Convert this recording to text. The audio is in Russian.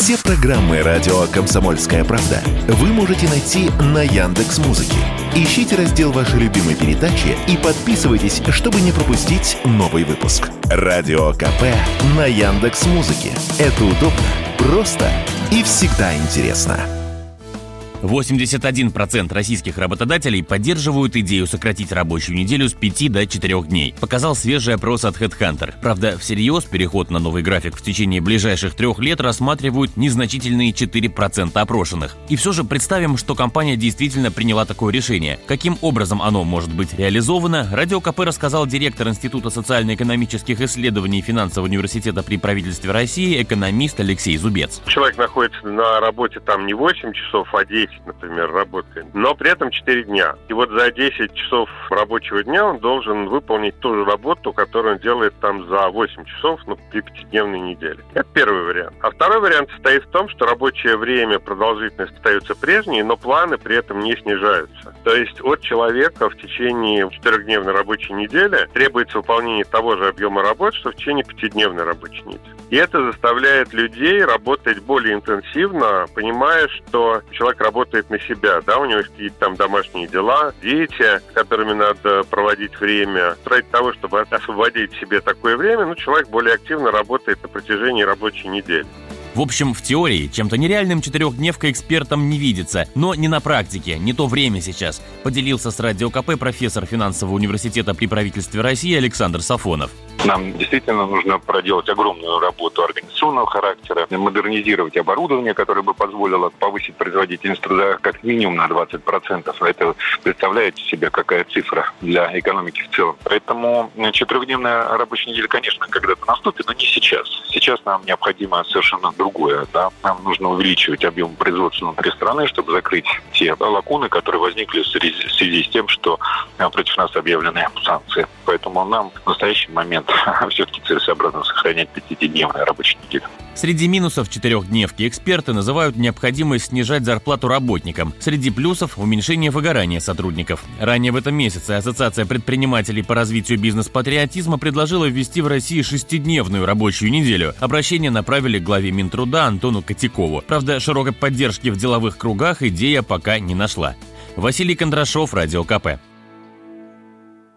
Все программы радио «Комсомольская правда» вы можете найти на Яндекс.Музыке. Ищите раздел вашей любимой передачи и подписывайтесь, чтобы не пропустить новый выпуск. Радио КП на Яндекс.Музыке. Это удобно, просто и всегда интересно. 81% российских работодателей поддерживают идею сократить рабочую неделю с 5 до 4 дней, показал свежий опрос от HeadHunter. Правда, всерьез переход на новый график в течение ближайших 3 лет рассматривают незначительные 4% опрошенных. И все же представим, что компания действительно приняла такое решение. Каким образом оно может быть реализовано, Радио КП рассказал директор Института социально-экономических исследований Финансового университета при правительстве России, экономист Алексей Зубец. Человек находится на работе там не 8 часов, а 10, например, работает, но при этом 4 дня. И вот за 10 часов рабочего дня он должен выполнить ту же работу, которую он делает там за 8 часов, при 5-дневной неделе. Это первый вариант. А второй вариант состоит в том, что рабочее время, продолжительность остаются прежней, но планы при этом не снижаются. То есть от человека в течение 4-дневной рабочей недели требуется выполнение того же объема работ, что в течение 5-дневной рабочей недели. И это заставляет людей работать более интенсивно, понимая, что человек работает на себя, да, у него есть какие-то там домашние дела, дети, с которыми надо проводить время. Ради того, чтобы освободить себе такое время, человек более активно работает на протяжении рабочей недели. В общем, в теории чем-то нереальным 4-дневка экспертам не видится, но не на практике, не то время сейчас, поделился с Радио КП профессор Финансового университета при правительстве России Александр Сафонов. Нам действительно нужно проделать огромную работу организационного характера, модернизировать оборудование, которое бы позволило повысить производительность труда как минимум на 20%. Это представляете себе, какая цифра для экономики в целом. Поэтому 4-дневная рабочая неделя, конечно, когда-то наступит, но не сейчас. Сейчас нам необходимо совершенно другое. Да? Нам нужно увеличивать объем производства внутри страны, чтобы закрыть те лакуны, которые возникли в связи с тем, что против нас объявлены санкции. Поэтому нам в настоящий момент все-таки целесообразно сохранять 5-дневную рабочую неделю. Среди минусов 4-дневки эксперты называют необходимость снижать зарплату работникам. Среди плюсов – уменьшение выгорания сотрудников. Ранее в этом месяце Ассоциация предпринимателей по развитию бизнес-патриотизма предложила ввести в России 6-дневную рабочую неделю. Обращение направили к главе Минтруда Антону Котякову. Правда, широкой поддержки в деловых кругах идея пока не нашла. Василий Кондрашов, Радио КП.